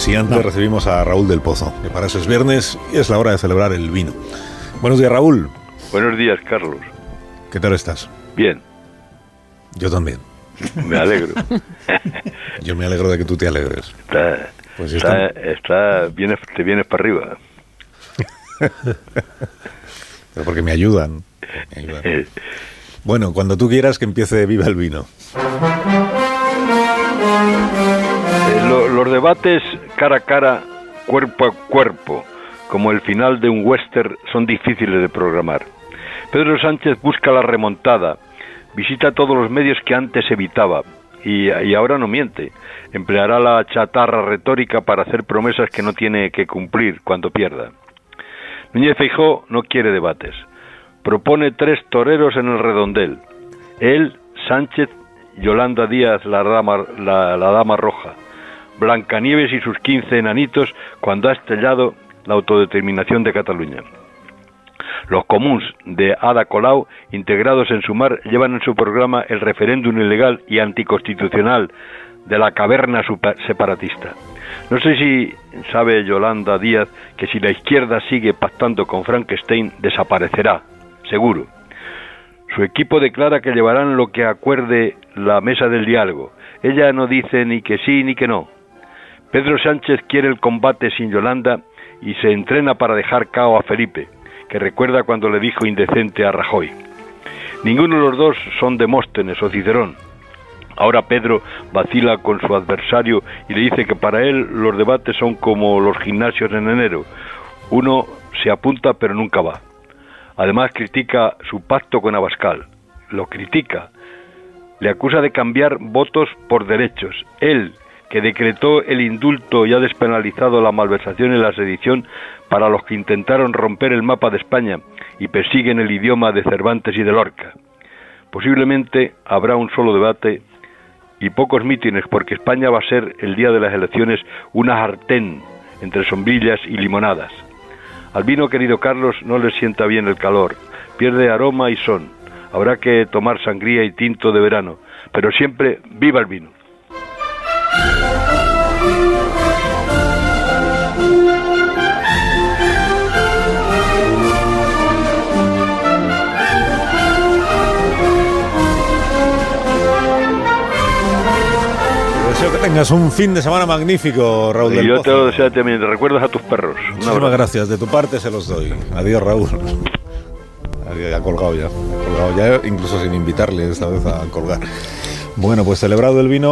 si antes recibimos a Raúl del Pozo, que para eso es viernes y es la hora de celebrar el vino. Buenos días, Raúl. Buenos días, Carlos. ¿Qué tal estás? Bien. Yo también. Me alegro. Yo me alegro de que tú te alegres. Te vienes para arriba. Pero porque me ayudan. Bueno, cuando tú quieras que empiece Viva el Vino. Los debates cara a cara, cuerpo a cuerpo, como el final de un western, son difíciles de programar. Pedro Sánchez busca la remontada, visita todos los medios que antes evitaba y ahora no miente. Empleará la chatarra retórica para hacer promesas que no tiene que cumplir cuando pierda. Núñez Feijóo no quiere debates. Propone 3 toreros en el redondel. Él, Sánchez, Yolanda Díaz, la dama roja, Blancanieves y sus 15 enanitos cuando ha estrellado la autodeterminación de Cataluña. Los comuns de Ada Colau, integrados en Sumar, llevan en su programa el referéndum ilegal y anticonstitucional de la caverna separatista. No sé si sabe Yolanda Díaz que si la izquierda sigue pactando con Frankenstein, desaparecerá, seguro. Su equipo declara que llevarán lo que acuerde la mesa del diálogo. Ella no dice ni que sí ni que no. Pedro Sánchez quiere el combate sin Yolanda y se entrena para dejar cao a Felipe, que recuerda cuando le dijo indecente a Rajoy. Ninguno de los dos son Demóstenes o Cicerón. Ahora Pedro vacila con su adversario y le dice que para él los debates son como los gimnasios en enero. Uno se apunta pero nunca va. Además critica su pacto con Abascal. Lo critica. Le acusa de cambiar votos por derechos. Él, que decretó el indulto y ha despenalizado la malversación y la sedición para los que intentaron romper el mapa de España y persiguen el idioma de Cervantes y de Lorca. Posiblemente habrá un solo debate y pocos mítines, porque España va a ser el día de las elecciones una sartén entre sombrillas y limonadas. Al vino, querido Carlos, no le sienta bien el calor, pierde aroma y son. Habrá que tomar sangría y tinto de verano, pero siempre viva el vino. Deseo que tengas un fin de semana magnífico, Raúl del Pozo. Yo te lo deseo también. ¿Te recuerdas a tus perros? Muchísimas gracias. De tu parte se los doy. Adiós, Raúl. Ha colgado ya, incluso sin invitarle esta vez a colgar. Bueno, pues celebrado el vino.